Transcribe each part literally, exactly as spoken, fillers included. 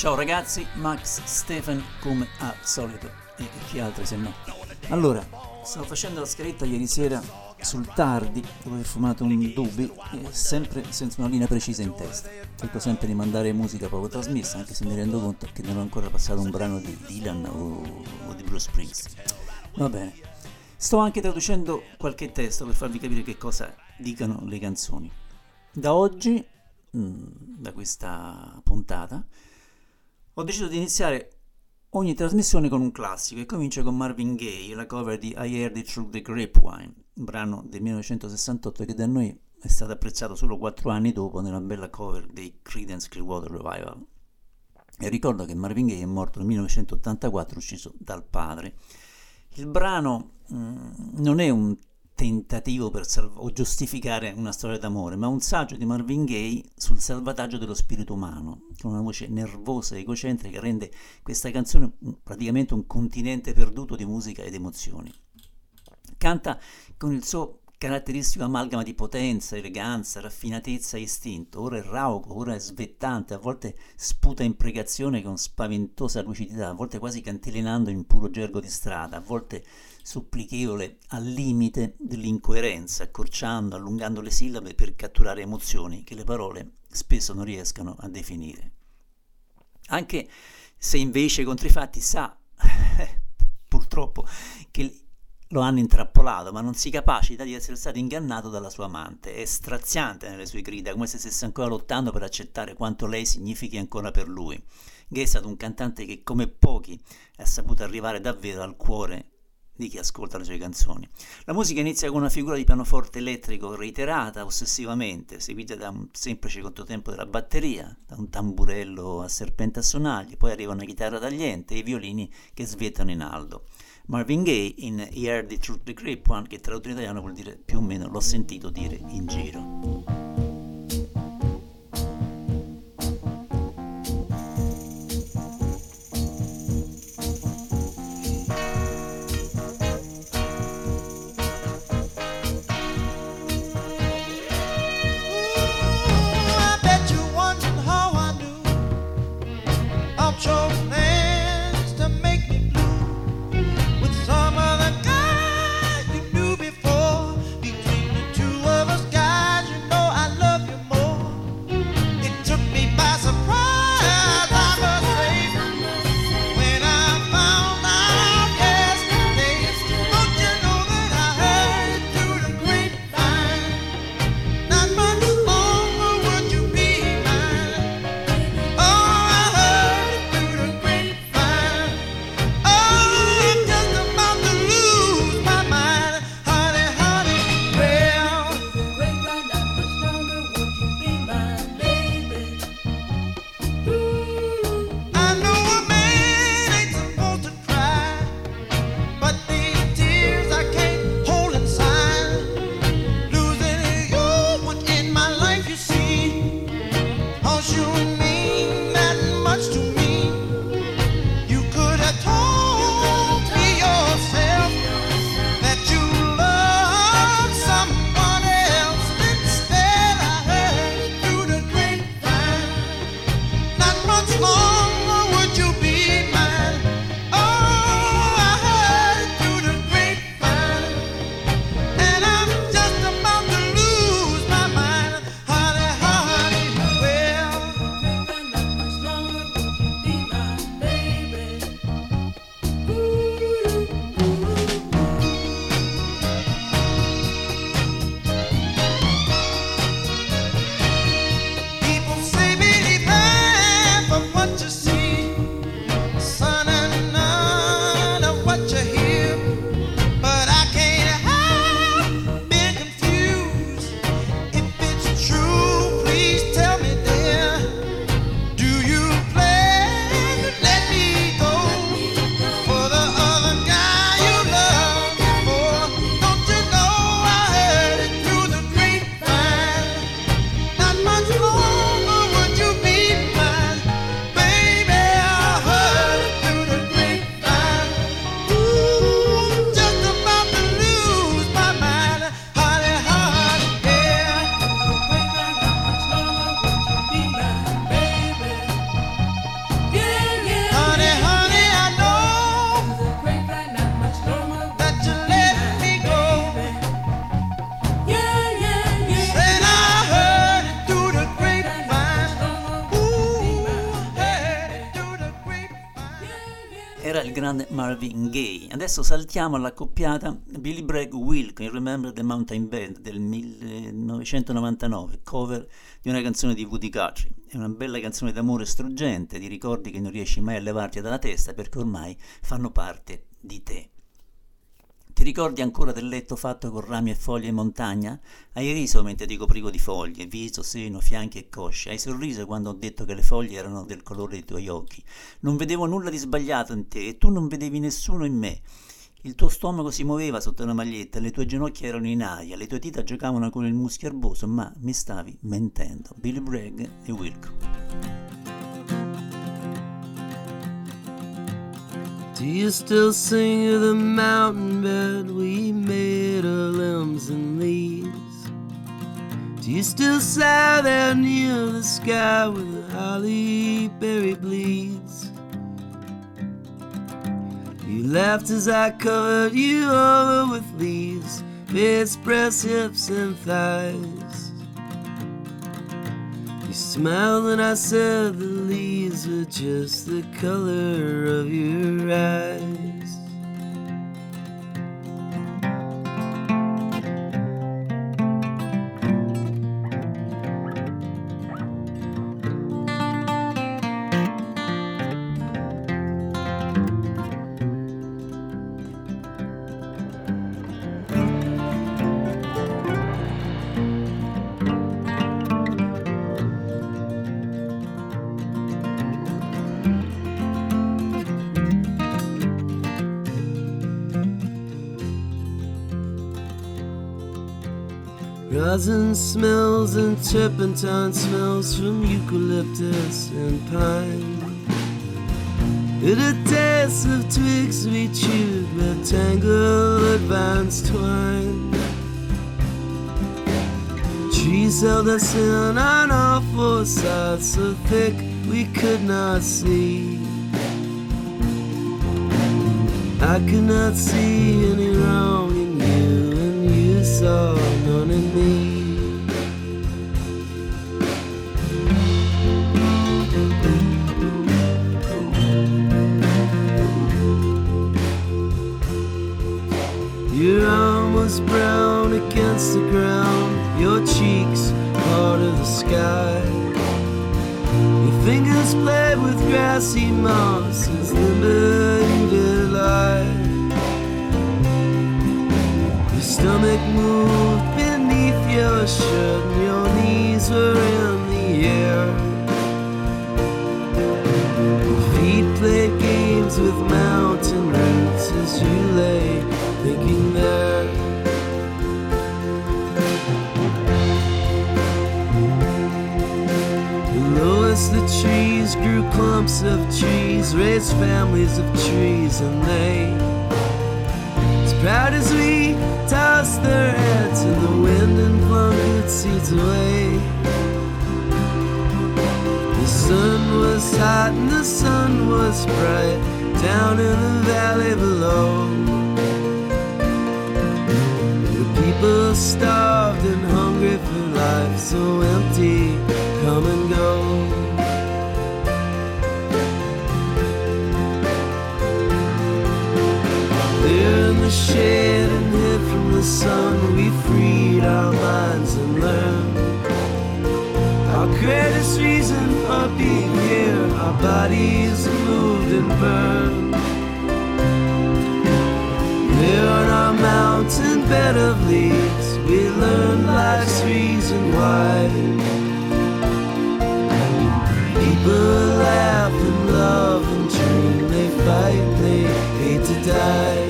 Ciao ragazzi, Max Stefan come al solito, e chi altri se no. Allora, stavo facendo la scaletta ieri sera sul tardi, dopo aver fumato un Dubi, e sempre senza una linea precisa in testa. Cerco sempre di mandare musica poco trasmessa, anche se mi rendo conto che non ho ancora passato un brano di Dylan o, o di Bruce Springsteen. Va bene. Sto anche traducendo qualche testo per farvi capire che cosa dicano le canzoni. Da oggi, da questa puntata, ho deciso di iniziare ogni trasmissione con un classico e comincio con Marvin Gaye, la cover di I Heard It Through the Grapevine, un brano del millenovecentosessantotto che da noi è stato apprezzato solo quattro anni dopo nella bella cover dei Creedence Clearwater Revival. E ricordo che Marvin Gaye è morto nel millenovecentottantaquattro, ucciso dal padre. Il brano mh, non è un tentativo per salv- o giustificare una storia d'amore, ma un saggio di Marvin Gaye sul salvataggio dello spirito umano, con una voce nervosa e egocentrica che rende questa canzone praticamente un continente perduto di musica ed emozioni. Canta con il suo caratteristico amalgama di potenza, eleganza, raffinatezza e istinto, ora è rauco, ora è svettante, a volte sputa imprecazione con spaventosa lucidità, a volte quasi cantilenando in puro gergo di strada, a volte supplichevole al limite dell'incoerenza, accorciando, allungando le sillabe per catturare emozioni che le parole spesso non riescano a definire. Anche se invece contro i fatti sa, purtroppo, che lo hanno intrappolato, ma non si capacita di essere stato ingannato dalla sua amante. È straziante nelle sue grida, come se stesse ancora lottando per accettare quanto lei significhi ancora per lui. Gaye è stato un cantante che, come pochi, ha saputo arrivare davvero al cuore di chi ascolta le sue canzoni. La musica inizia con una figura di pianoforte elettrico reiterata ossessivamente, seguita da un semplice controtempo della batteria, da un tamburello a serpente a sonagli, poi arriva una chitarra tagliente e i violini che svietano in alto. Marvin Gaye in I Heard It Through the Grapevine, che tradotto in italiano vuol dire più o meno l'ho sentito dire in giro. Between the two of us guys, grande Marvin Gaye. Adesso saltiamo all'accoppiata Billy Bragg-Wilk in Remember the Mountain Band del millenovecentonovantanove, cover di una canzone di Woody Guthrie. È una bella canzone d'amore struggente, di ricordi che non riesci mai a levarti dalla testa perché ormai fanno parte di te. Ti ricordi ancora del letto fatto con rami e foglie in montagna? Hai riso mentre ti coprivo di foglie, viso, seno, fianchi e cosce. Hai sorriso quando ho detto che le foglie erano del colore dei tuoi occhi. Non vedevo nulla di sbagliato in te e tu non vedevi nessuno in me. Il tuo stomaco si muoveva sotto una maglietta, le tue ginocchia erano in aria, le tue dita giocavano con il muschio erboso, ma mi stavi mentendo. Billy Bragg e Wilco. Do you still sing of the mountain bed we made of limbs and leaves? Do you still sigh there near the sky where the holly berry bleeds? You laughed as I covered you over with leaves, face, breasts, hips, and thighs. You smiled when I said the leaves were just the color of your eyes. Rosin smells and turpentine smells from eucalyptus and pine. It a taste of twigs we chewed where tangled vines twine. Trees held us in on all four sides, so thick we could not see. I could not see any wrong in you, and you saw none in me. Your arm was brown against the ground, your cheeks part of the sky. Your fingers played with grassy moss as limber you did lie. Your stomach moved beneath your shirt and your knees were in the air. Your feet played games with mountain roots as you lay thinking there. Below us the trees grew clumps of trees, raised families of trees, and they, as proud as we, tossed their heads in the wind and flung good seeds away. The sun was hot and the sun was bright down in the valley below. People starved and hungry for life, so empty, come and go. There in the shade and hid from the sun, we freed our minds and learned our greatest reason for being here. Our bodies moved and burned. There on our mountain bed of leaves, we learned life's reason why. People laugh and love and dream, they fight, they hate to die.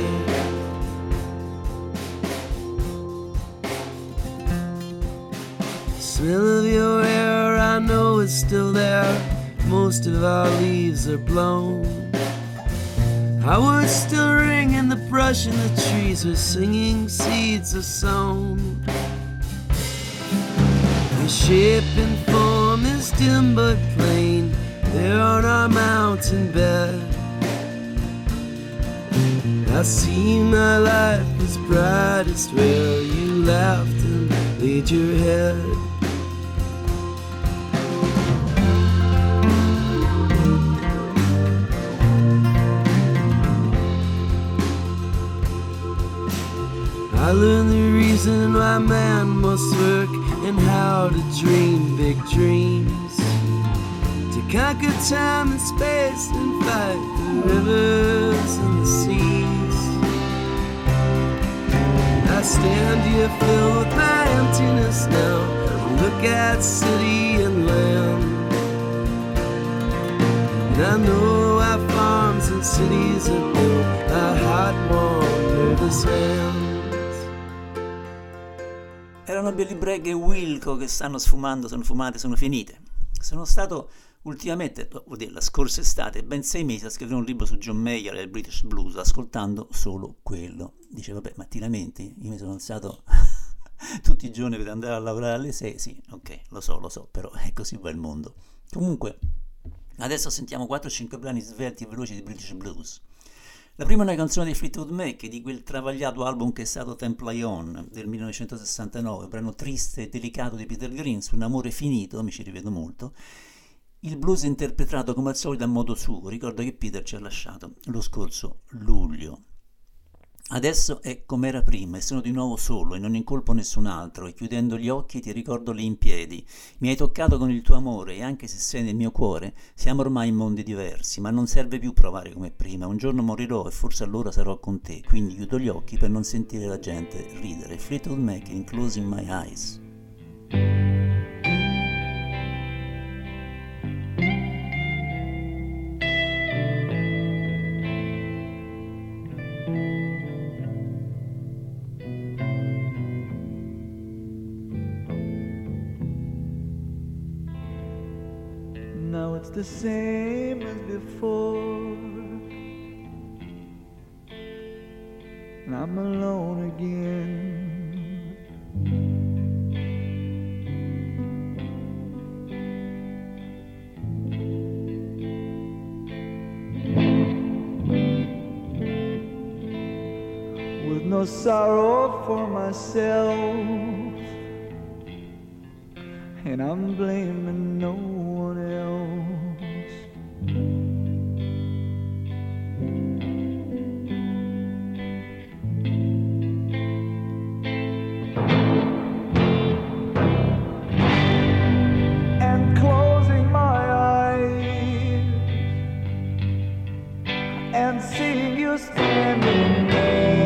The smell of your hair, I know it's still there. Most of our leaves are blown. Our words still ring in the brush and the trees where singing seeds are sown. Your shape and form is dim but plain there on our mountain bed. I see my life is brightest where you laughed and laid your head. learned the reason why man must work and how to dream big dreams, to conquer time and space and fight the rivers and the seas. And I stand here filled with my emptiness now and look at city and land. And I know our farms and cities are built by hot, warm, nervous hands. Erano Billy Bragg e Wilco che stanno sfumando, sono fumate, sono finite. Sono stato ultimamente, vuol dire, la scorsa estate, ben sei mesi a scrivere un libro su John Mayer e il British Blues, ascoltando solo quello. Dice, vabbè, ma ti lamenti? Io mi sono alzato tutti i giorni per andare a lavorare alle sei, sì, ok, lo so, lo so, però è così va il mondo. Comunque, adesso sentiamo quattro cinque brani svelti e veloci di British Blues. La prima è una canzone di Fleetwood Mac, di quel travagliato album che è stato Temple Lion del millenovecentosessantanove, un brano triste e delicato di Peter Green su un amore finito, mi ci rivedo molto. Il blues è interpretato come al solito a modo suo, ricordo che Peter ci ha lasciato lo scorso luglio. Adesso è come era prima e sono di nuovo solo e non incolpo nessun altro e chiudendo gli occhi ti ricordo lì in piedi. Mi hai toccato con il tuo amore e anche se sei nel mio cuore siamo ormai in mondi diversi, ma non serve più provare come prima. Un giorno morirò e forse allora sarò con te, quindi chiudo gli occhi per non sentire la gente ridere. Fleetwood Mac in Closing My Eyes. Now it's the same as before, and I'm alone again. With no sorrow for myself, and I'm blaming no one else. And closing my eyes and seeing you standing there.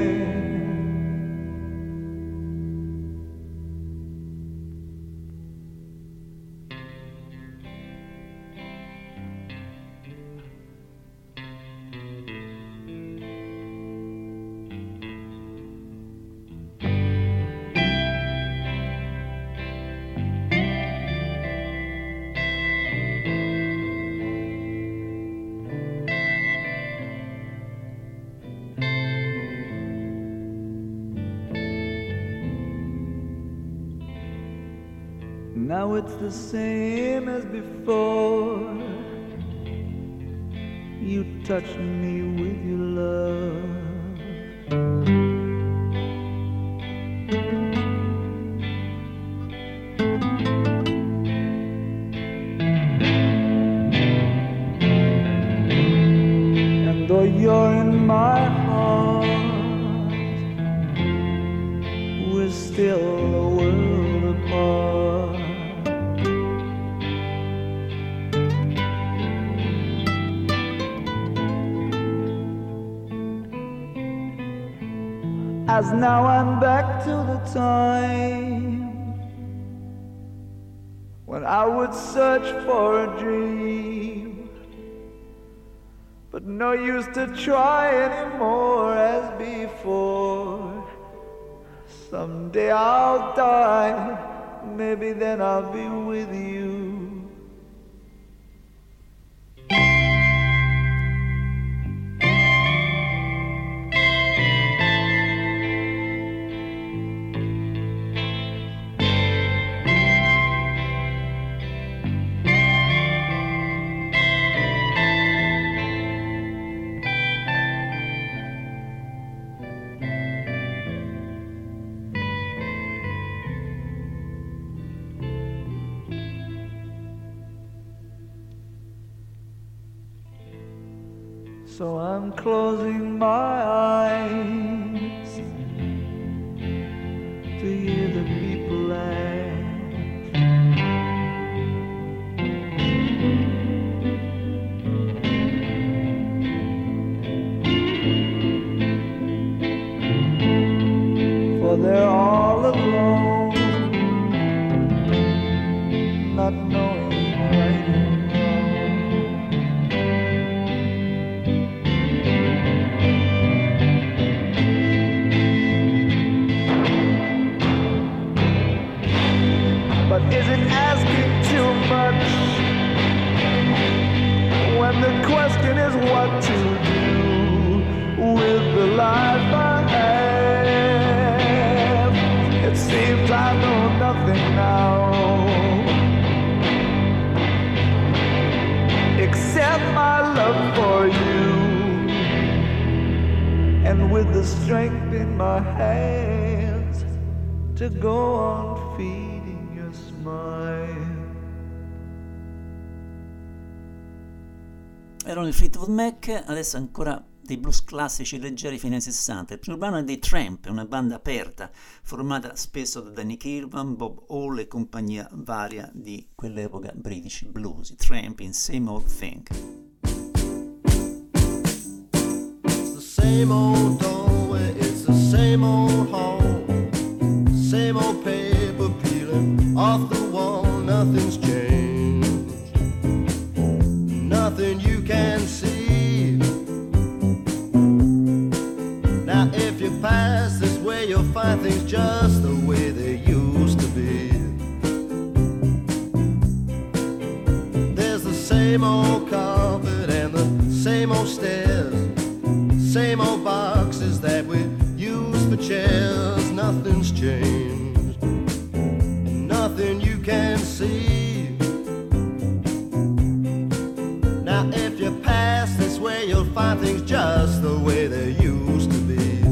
Now it's the same as before. You touched me with your love. And though you're in my heart, we're still a world apart. As now I'm back to the time when I would search for a dream, but no use to try anymore as before. Someday I'll die, maybe then I'll be with you. So I'm closing my eyes not knowing right and wrong. But is it asking too much when the question is what to do with the life I have? It seems I know nothing now except my love for you, and with the strength in my hands to go on feeding your smile. Erano i Fleetwood Mac, adesso ancora dei blues classici leggeri fine sessanta. Il primo brano è dei Tramp, una banda aperta formata spesso da Danny Kirwan, Bob Hall e compagnia varia di quell'epoca British blues. Tramp in Same Old Thing. It's the same old doorway, it's the same old hall, same old paper peeling off the wall. Nothing's changed, nothing you can see. Now if you pass this way, you'll find things just the way they used to be. There's the same old carpet and the same old stairs, same old boxes that we use for chairs. Nothing's changed, nothing you can see. Now if you pass this way, you'll find things just the way they used to be.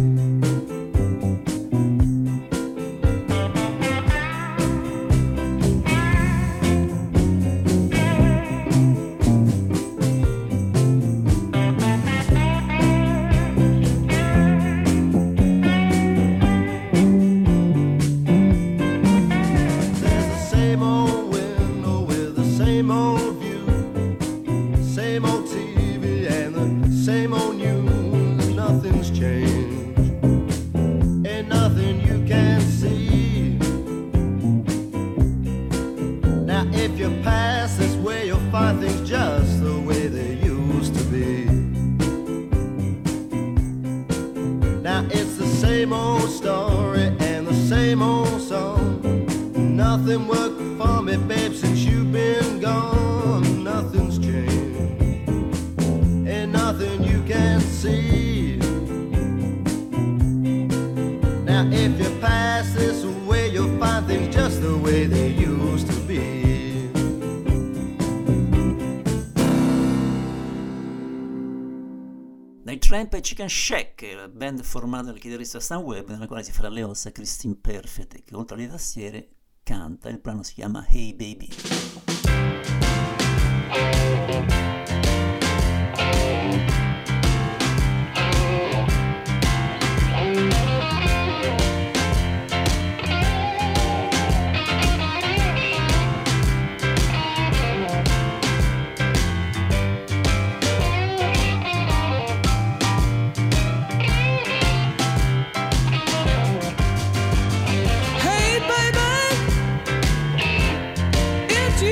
Tramp e Chicken Shack, la band formata dal chitarrista Stan Webb, nella quale si fra le ossa Christine Perfett, che oltre alle tastiere canta. Il brano si chiama Hey Baby. If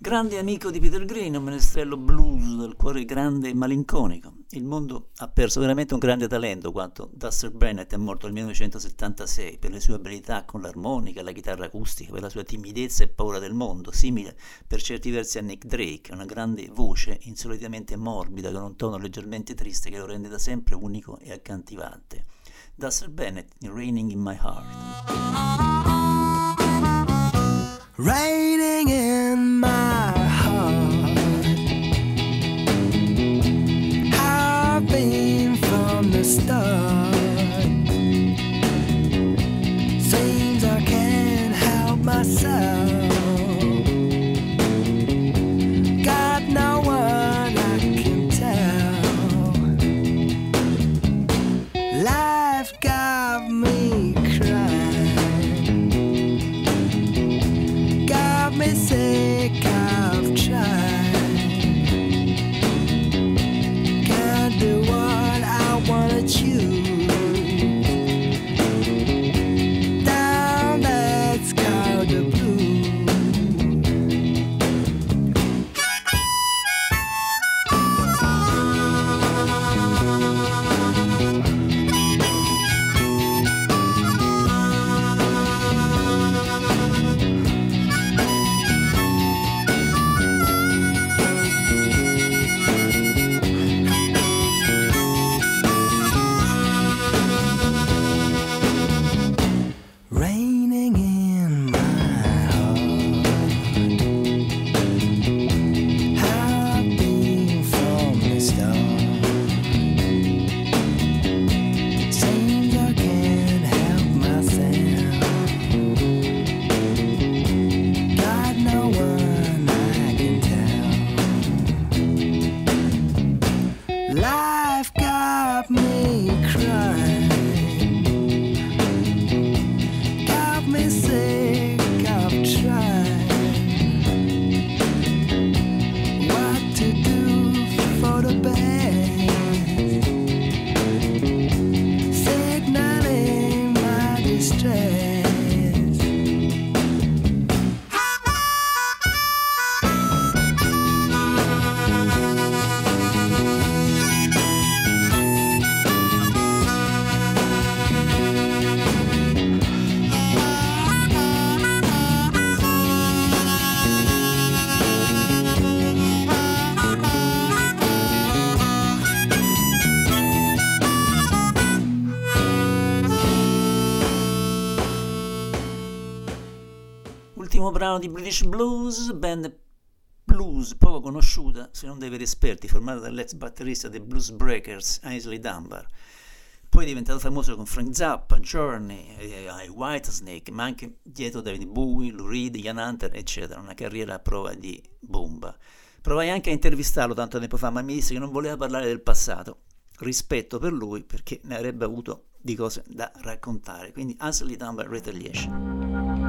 Grande amico di Peter Green, un menestrello blues dal cuore grande e malinconico. Il mondo ha perso veramente un grande talento quando Duster Bennett è morto nel millenovecentosettantasei per le sue abilità con l'armonica e la chitarra acustica, per la sua timidezza e paura del mondo, simile per certi versi a Nick Drake, una grande voce insolitamente morbida con un tono leggermente triste che lo rende da sempre unico e accattivante. Duster Bennett in Raining in My Heart. Raining in my heart, I've been from the start. Seems I can't help myself. Got no one I can tell. Life got me crying, got me sick of trying. Can't do what I wanna choose. Down, let's go to blue. Raining in my heart, I've been from the start. Seems I can't help myself. Got no one I can tell. Life got me crying, got me sick of trying. What to do for the best, signaling my distress. Ultimo brano di British Blues, band blues poco conosciuta se non dai veri esperti, formata dall'ex batterista dei Blues Breakers Ainsley Dunbar. Poi è diventato famoso con Frank Zappa, Journey, e ai Whitesnake, ma anche dietro David Bowie, Lou Reed, Ian Hunter, eccetera. Una carriera a prova di bomba. Provai anche a intervistarlo tanto tempo fa, ma mi disse che non voleva parlare del passato. Rispetto per lui, perché ne avrebbe avuto di cose da raccontare. Quindi Ainsley Dunbar, Retaliation.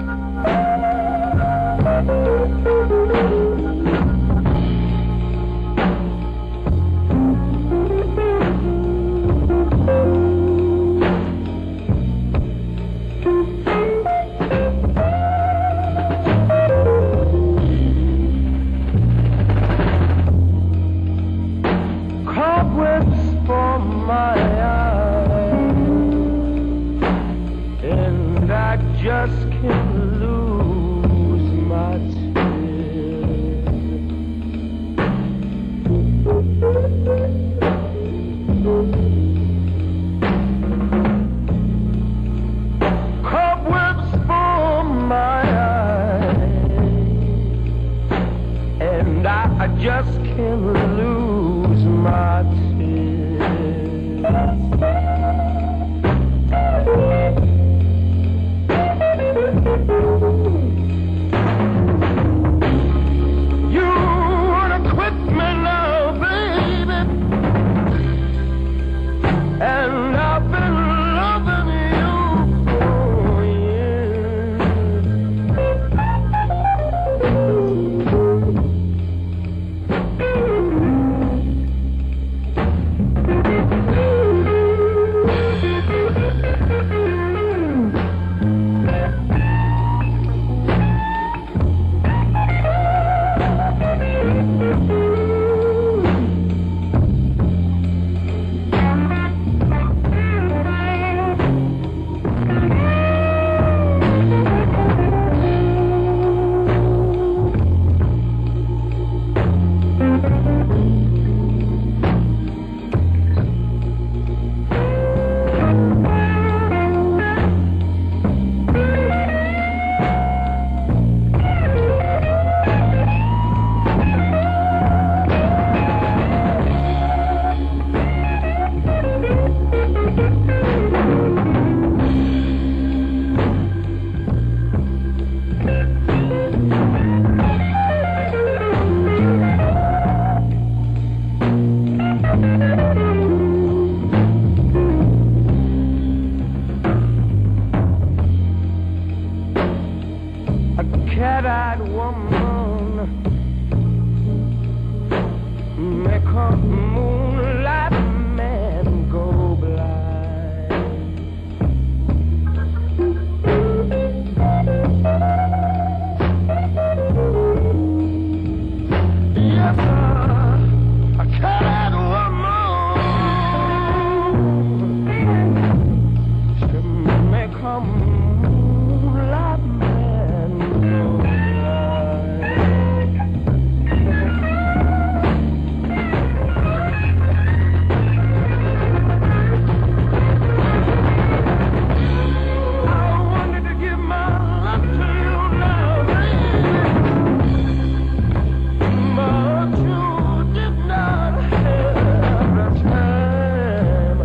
Cobwebs for my eyes, and I just can't lose my tears. Cobwebs for my eyes, and I just can't lose my tears. You wanna quit me now, baby, and I've been loving you for years. cat-eyed woman make a moonlight man go blind. Yes, sir, a cat-eyed woman she make a moonlight man go blind. I wanted to give my love to you now, but you did not have the time.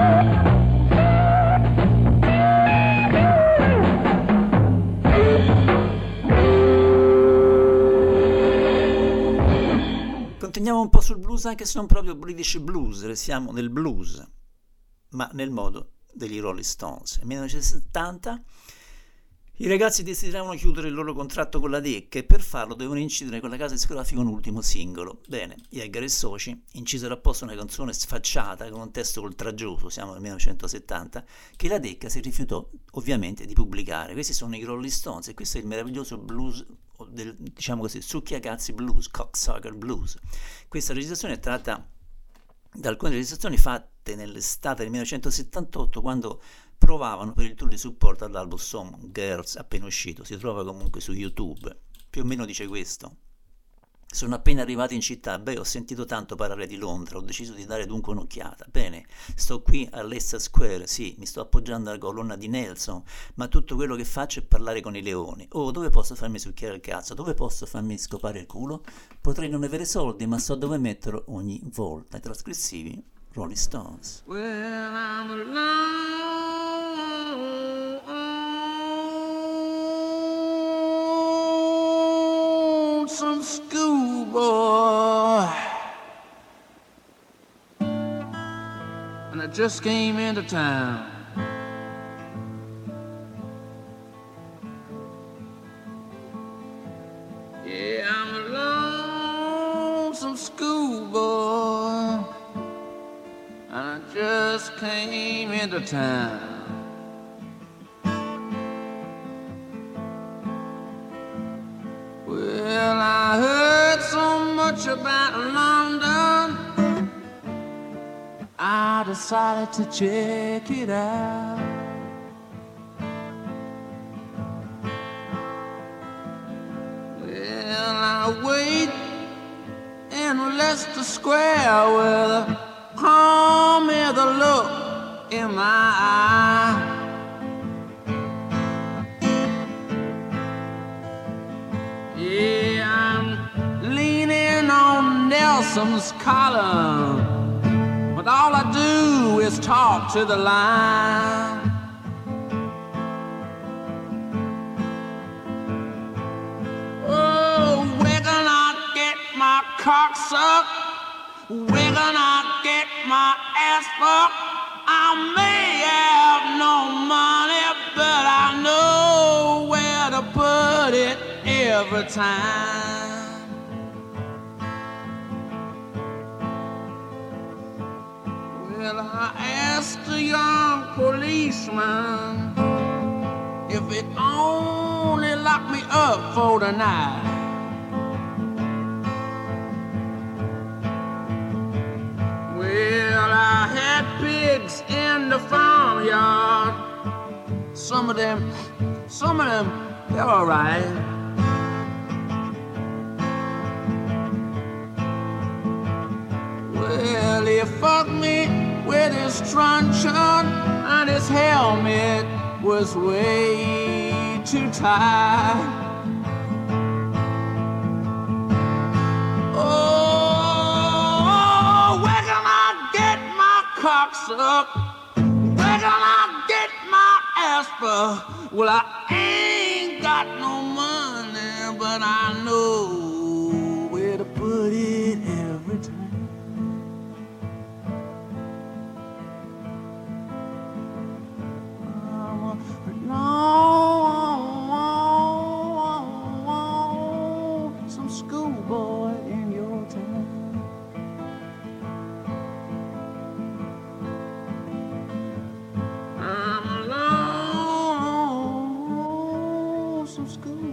Continuiamo un po' sul blues, anche se non proprio British blues, restiamo nel blues, ma nel modo degli Rolling Stones. Nel millenovecentosettanta i ragazzi desideravano chiudere il loro contratto con la Decca e per farlo dovevano incidere con la casa discografica un ultimo singolo. Bene, Jagger e soci incisero apposta una canzone sfacciata con un testo oltraggioso, siamo nel millenovecentosettanta, che la Decca si rifiutò ovviamente di pubblicare. Questi sono i Rolling Stones e questo è il meraviglioso blues del, diciamo così, succhiacazzi blues, cocksucker blues. Questa registrazione è tratta da alcune registrazioni fatte nell'estate del millenovecentosettantotto, quando provavano per il tour di supporto all'album Some Girls appena uscito. Si trova comunque su YouTube, più o meno dice questo: sono appena arrivato in città, beh, ho sentito tanto parlare di Londra, ho deciso di dare dunque un'occhiata. Bene, sto qui a Leicester Square, sì, mi sto appoggiando alla colonna di Nelson, ma tutto quello che faccio è parlare con i leoni. Oh, dove posso farmi succhiare il cazzo? Dove posso farmi scopare il culo? Potrei non avere soldi, ma so dove metterlo ogni volta. I trascrissivi Rolling Stones. Well, I'm alone, some schoolboy, and I just came into town. Yeah, I'm alone, some schoolboy, and I just came into town. Well, I heard so much about London, I decided to check it out. Well, I wait in Leicester Square with a calm and the look in my eye. Yeah, I'm leaning on Nelson's collar, but all I do is talk to the line. Oh, where can I get my cock sucked? Where can I get my ass fucked? I may have no money, but I know where to put it every time. Well, I asked a young policeman if he'd only lock me up for the night. Well, I had pigs in the farmyard. Some of them, some of them, they're all right. Well, he fucked me with his truncheon, and his helmet was way too tight. Oh, where can I get my cock sucked? Where can I get my ass fucked? Well, I ain't got no money, but I know where to put it every time. I'm a long, long, some school.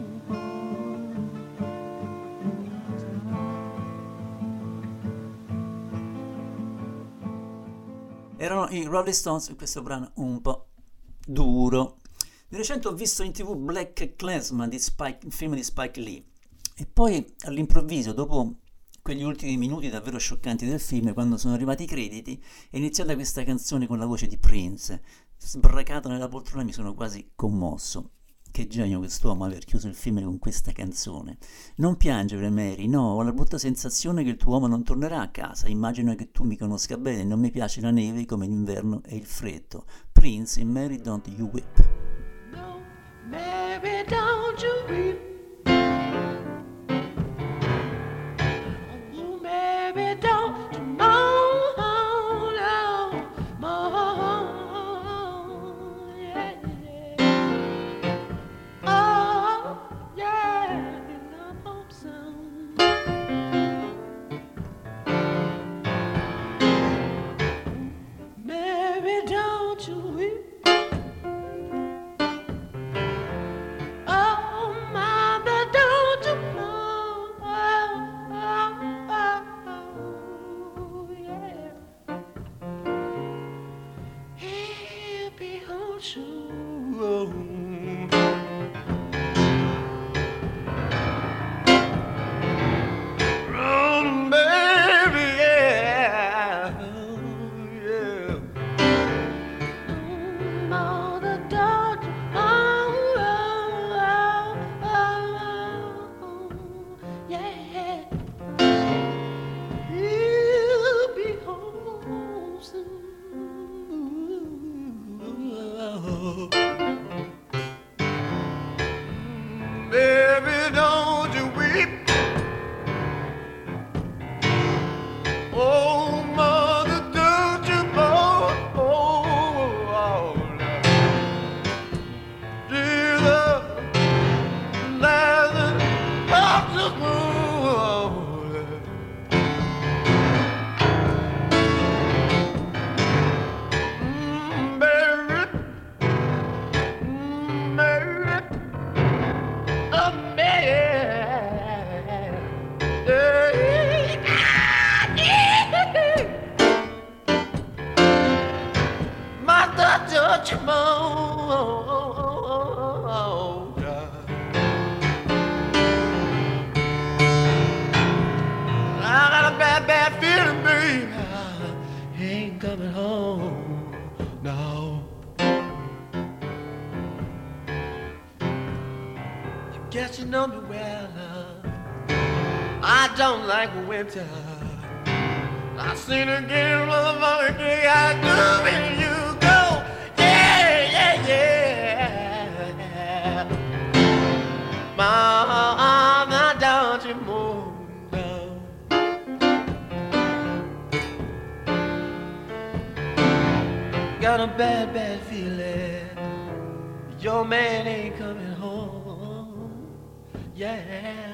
Erano i Rolling Stones in questo brano un po' duro. Di recente ho visto in tv Black Klansman, di Spike, il film di Spike Lee, e poi all'improvviso, dopo quegli ultimi minuti davvero scioccanti del film, quando sono arrivati i crediti, è iniziata questa canzone con la voce di Prince. Sbracato nella poltrona mi sono quasi commosso. Che genio quest'uomo aver chiuso il film con questa canzone. Non piangere, Mary, no, ho la brutta sensazione che il tuo uomo non tornerà a casa. Immagino che tu mi conosca bene, non mi piace la neve come l'inverno e il freddo. Prince in Mary Don't You Weep. No, Mary, don't you weep. Oh, Mary, don't you moan, no, moan, yeah, yeah. Oh, yeah, I hope so. Mary, don't you weep. Oh, mother, don't you know? Oh, oh, oh, yeah. He'll be home soon. Run, baby, yeah. Oh, yeah. Oh, mother, don't you know? Oh, oh, oh, yeah. He'll be home soon. Baby, don't you weep. Oh, mother, don't you mourn. Oh, oh, Jesus, Lazarus, off the moon. Mm, baby, mm, baby, oh, man. Hey, ah, yeah. Mother, don't you moan. I got a bad, bad feeling, baby. He ain't coming home, no. I guess you know me well. I don't like winter. I seen her get a motherfucker kick out to me. You go, yeah, yeah, yeah. Mama, don't you move now. Got a bad, bad feeling. Your man ain't coming home. Yeah.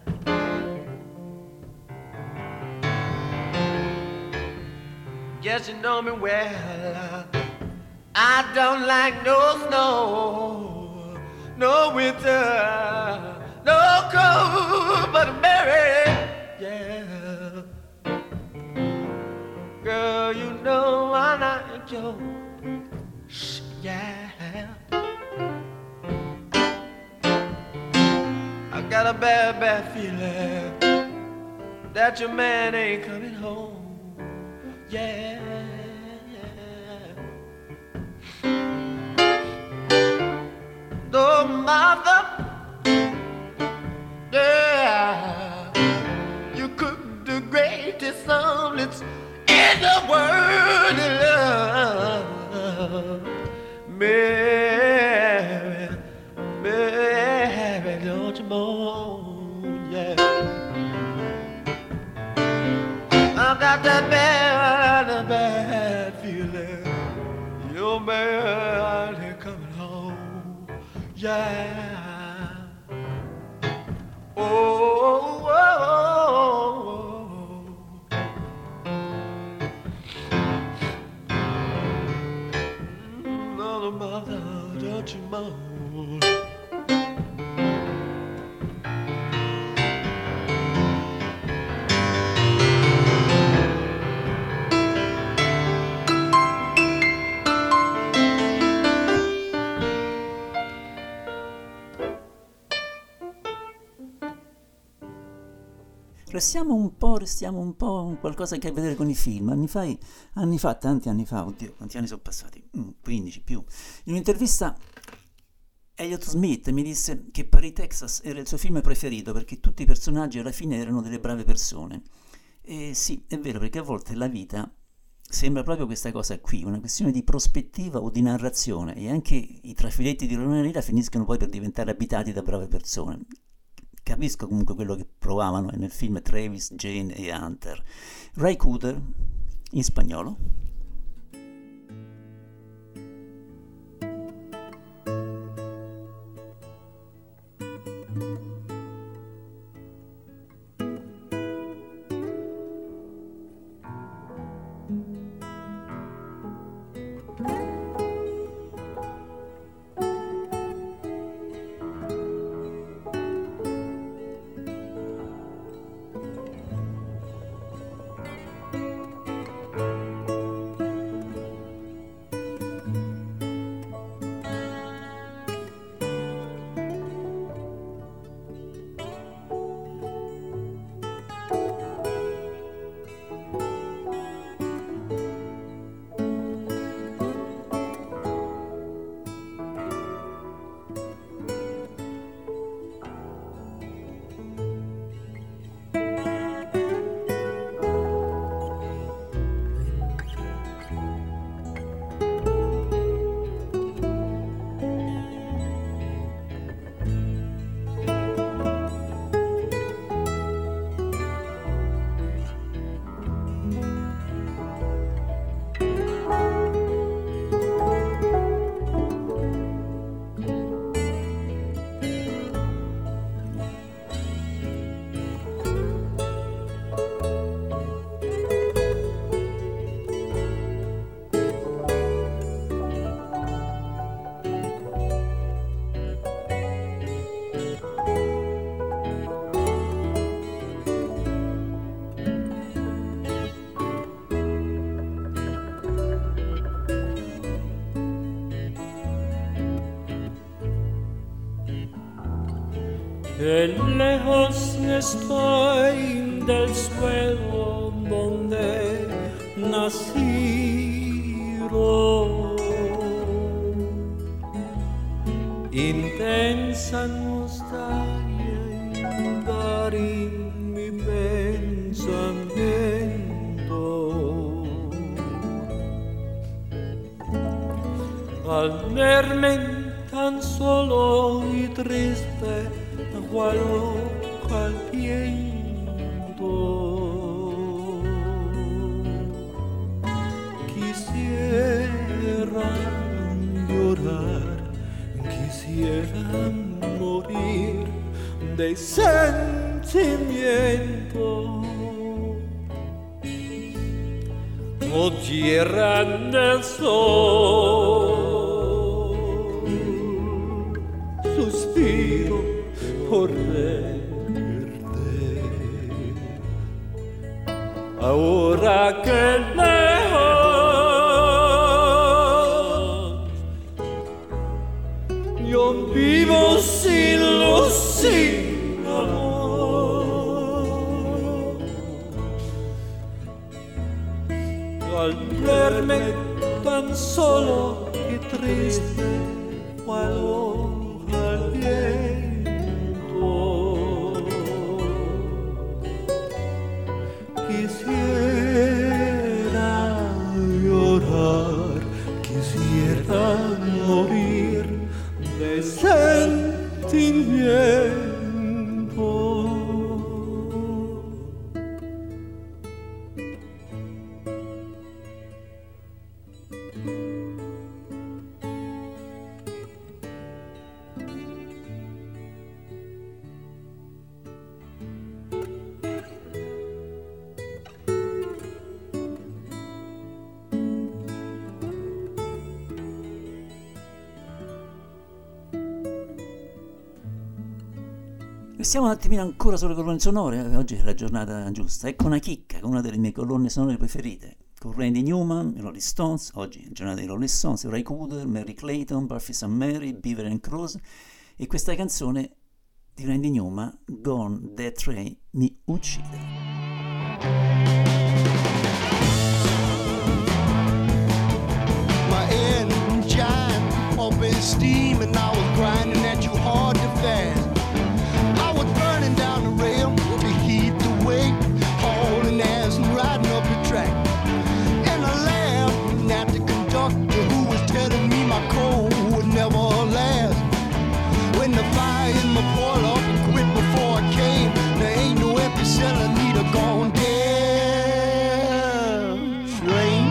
Guess you know me well. I don't like no snow, no winter, no cold, but Mary, yeah. Girl, you know I like you, yeah. I got a bad, bad feeling that your man ain't coming home. Yeah, no mother, yeah, you cook the greatest omelets in the world of love. Mary, Mary, don't you moan, yeah. I got that bad, bad feeling. Your man ain't coming home. Yeah. Oh, oh, oh, oh. Mm, mother, mother, don't you moan. Restiamo un po', restiamo un po' in qualcosa che ha a vedere con i film. Anni fa, anni fa, tanti anni fa, oddio, quanti anni sono passati? Mm, quindici più. In un'intervista Elliott Smith mi disse che Paris, Texas era il suo film preferito perché tutti i personaggi alla fine erano delle brave persone. E sì, è vero, perché a volte la vita sembra proprio questa cosa qui, una questione di prospettiva o di narrazione, e anche i trafiletti di Romeo Nera finiscono poi per diventare abitati da brave persone. Capisco comunque quello che provavano nel film Travis, Jane e Hunter. Ray Cooder in spagnolo. Que lejos estoy del suelo donde nací. Intensa nostalgia inundar en mi pensamiento al verme tan solo y triste cual hoja al viento. Quisiera llorar, quisiera morir de sentimiento. Oh tierra del sol, suspiro por verte. Ahora que lejos yo vivo sin luz, sin amor. Al verme tan solo y triste, cual hoja al viento, quisiera llorar, quisiera morir de sentimiento. Restiamo un attimino ancora sulle colonne sonore, oggi è la giornata giusta. Ecco una chicca, una delle mie colonne sonore preferite, con Randy Newman, i Rolling Stones, oggi è la giornata dei Rolling Stones, Ray Cooder, Mary Clayton, Buffy Sainte Mary, Beaver and Crows, e questa canzone di Randy Newman, Gone That Train mi uccide. My engine pumping steam and I was grinding at you hard to fast. I was burning down the rail to heat the weight, hauling ass and riding up the track. And I laughed at the conductor who was telling me my coal would never last. When the fire in my boiler up and quit before I came, there ain't no empty cellar, need a gone dead train.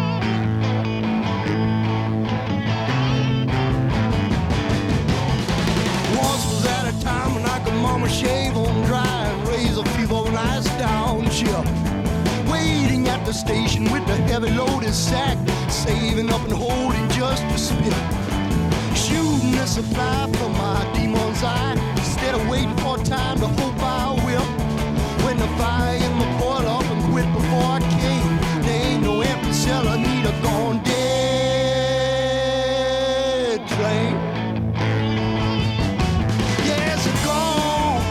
Once was at a time when I could mama shave on dry and raise a fever when I was down ship. Waiting at the station with the heavy loaded sack, saving up and holding just a spit. Shooting a supply from my demon's eye, instead of waiting for time to hope I will. When the fire in my boiler up and quit before I came, there ain't no empty cellar, need a gone dead train. Yeah, it's a gone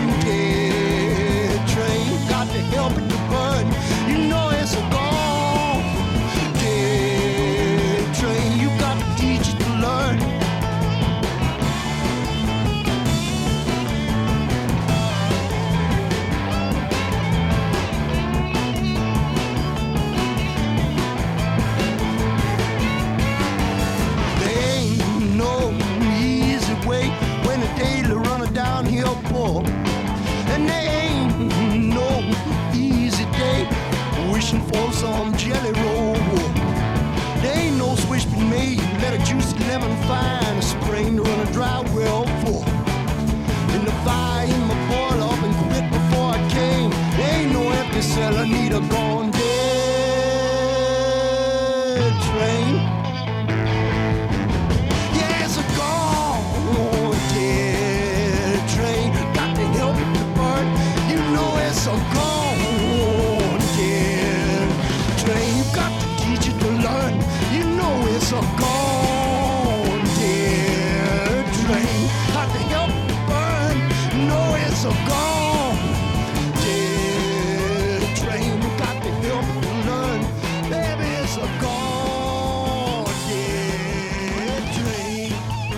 dead train. Got to help it to burn. You know it's a gone dead train. You got to teach it to learn. And there ain't no easy day wishing for some jelly roll. There ain't no switch been made, let a juicy lemon find a spring to run a dry well for. And the fire in my boiler up and quit before I came. There ain't no empty cellar, need a gone dead train. Yeah, it's a gone dead train. Got to help it to burn. You know it's a gone dead train. You got to teach it to learn. You know it's a gone dead train. Got to help it to burn. You know it's a gone dead train. You got to help it to learn. Baby, it's a gone dead train.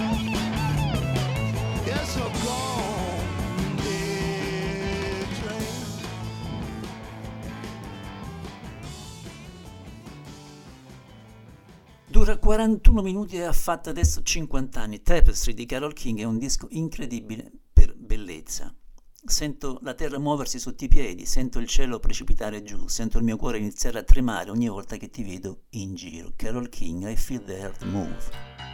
It's a gone dead train. Dura quarantuno minuti e ha fatto adesso cinquanta anni. Tapestry di Carole King è un disco incredibile per bellezza. Sento la terra muoversi sotto i piedi, sento il cielo precipitare giù, sento il mio cuore iniziare a tremare ogni volta che ti vedo in giro. Carole King, I Feel the Earth Move.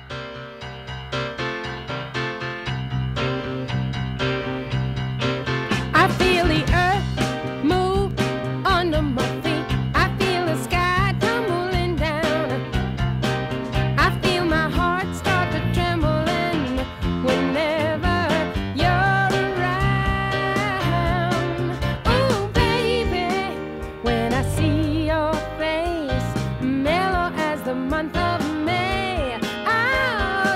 I feel the earth move under my feet. I feel the sky tumbling down. I feel my heart start to trembling whenever you're around. Oh, baby, when I see your face, mellow as the month of May. Oh,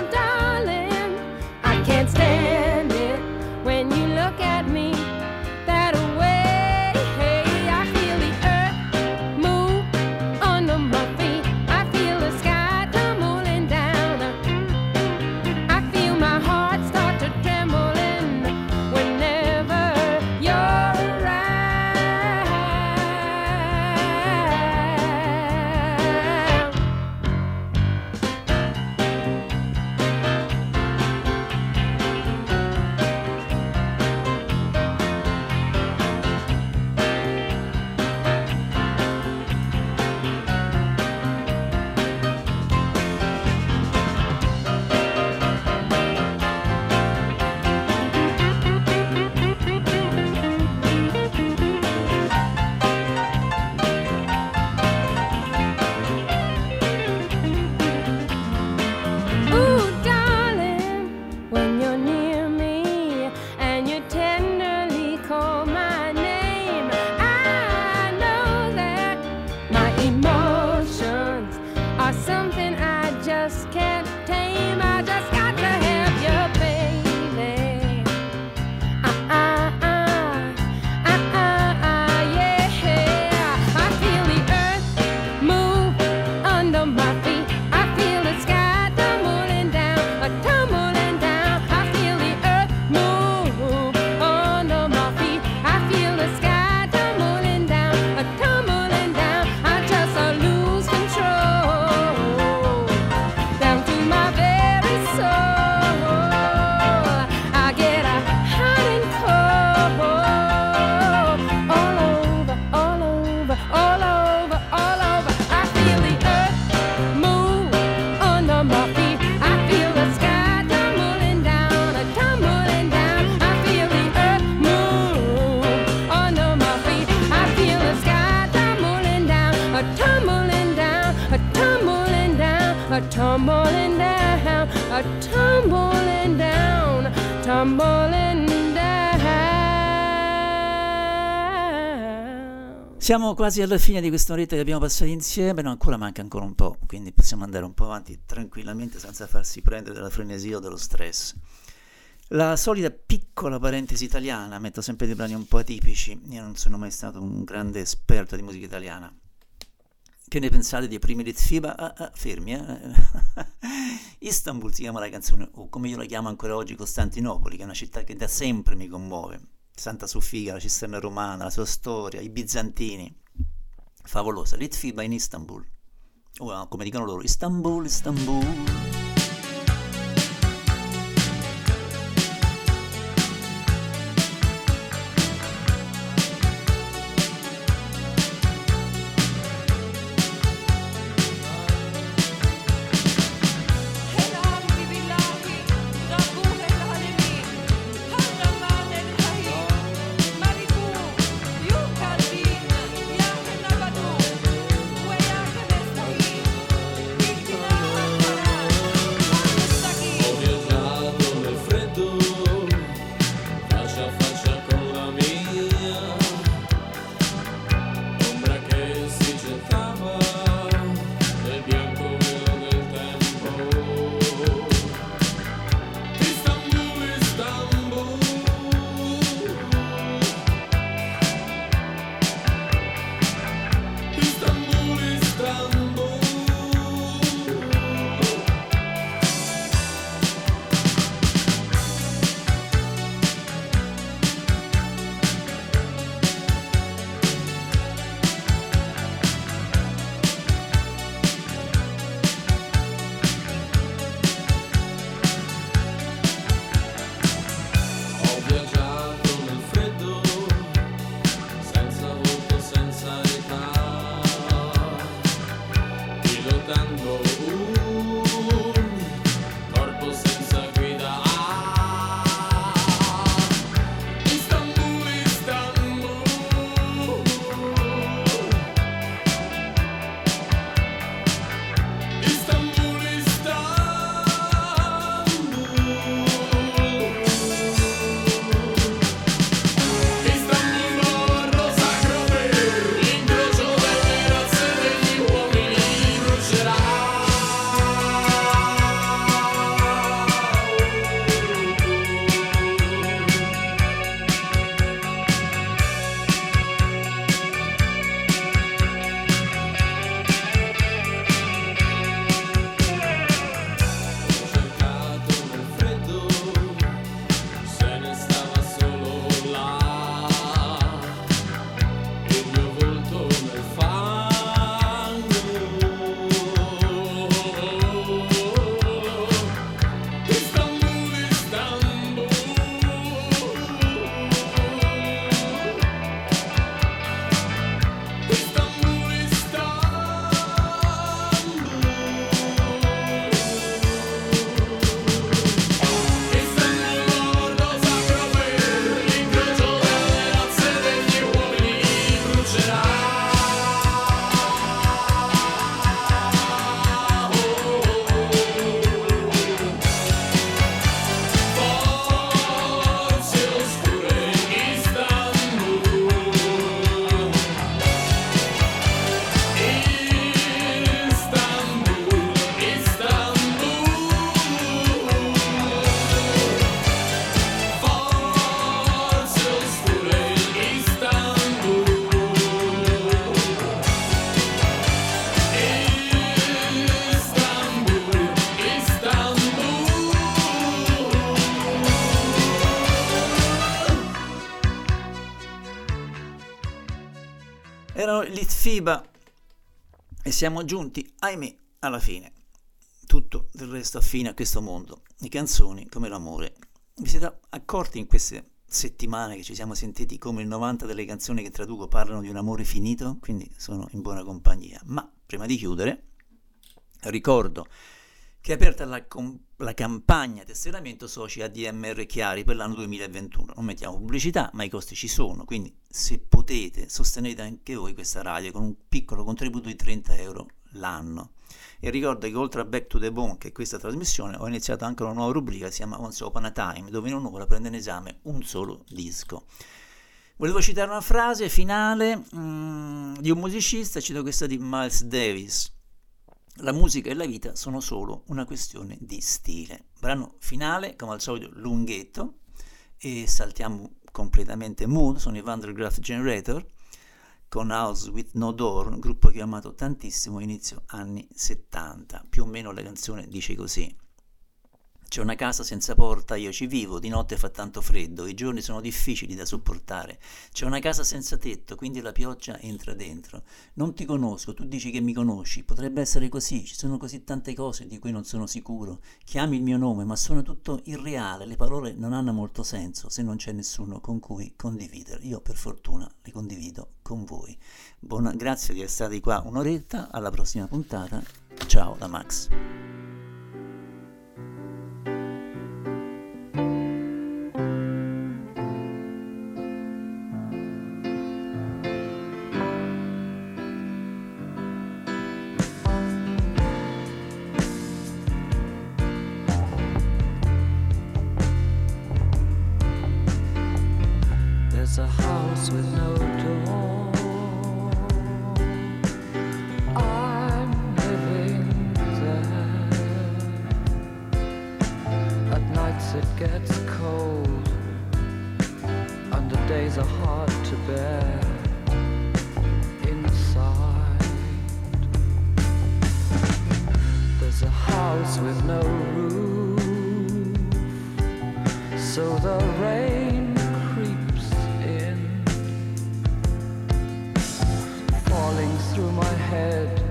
tumbling down. Siamo quasi alla fine di quest'oretta che abbiamo passato insieme, no, ancora manca ancora un po', quindi possiamo andare un po' avanti tranquillamente senza farsi prendere dalla frenesia o dello stress. La solita piccola parentesi italiana, metto sempre dei brani un po' atipici, io non sono mai stato un grande esperto di musica italiana. Che ne pensate dei primi Litfiba? Ah, ah, fermi, eh? Istanbul si chiama la canzone, o come io la chiamo ancora oggi Costantinopoli, che è una città che da sempre mi commuove. Santa Sofia, la cisterna romana, la sua storia, i bizantini. Favolosa, Litfiba in Istanbul. O come dicono loro, Istanbul, Istanbul. Erano Litfiba e siamo giunti, ahimè, alla fine. Tutto del resto affine a questo mondo, le canzoni come l'amore. Vi siete accorti in queste settimane che ci siamo sentiti come il novanta delle canzoni che traduco parlano di un amore finito? Quindi sono in buona compagnia. Ma prima di chiudere ricordo che è aperta la, com- la campagna tesseramento soci A D M R Chiari per l'anno duemilaventuno. Non mettiamo pubblicità, ma i costi ci sono, quindi se potete sostenete anche voi questa radio con un piccolo contributo di trenta euro l'anno. E ricordo che oltre a Back to the Bone, che è questa trasmissione, ho iniziato anche una nuova rubrica che si chiama Once Upon a Time, dove in un'ora prendo in esame un solo disco. Volevo citare una frase finale mh, di un musicista, cito questa di Miles Davis: la musica e la vita sono solo una questione di stile. Brano finale, come al solito lunghetto, e saltiamo completamente mood, sono i Vandergraaf Generator con House with No Door, un gruppo che ho amato tantissimo inizio anni settanta. Più o meno la canzone dice così: c'è una casa senza porta, io ci vivo, di notte fa tanto freddo, i giorni sono difficili da sopportare. C'è una casa senza tetto, quindi la pioggia entra dentro. Non ti conosco, tu dici che mi conosci, potrebbe essere così, ci sono così tante cose di cui non sono sicuro. Chiami il mio nome, ma sono tutto irreale, le parole non hanno molto senso se non c'è nessuno con cui condividere. Io per fortuna le condivido con voi. Buona, grazie di essere stati qua un'oretta, alla prossima puntata. Ciao da Max. There's a house with no door. I'm living there. At nights it gets cold, and the days are hard to bear. Inside there's a house with no roof, so the rain falling through my head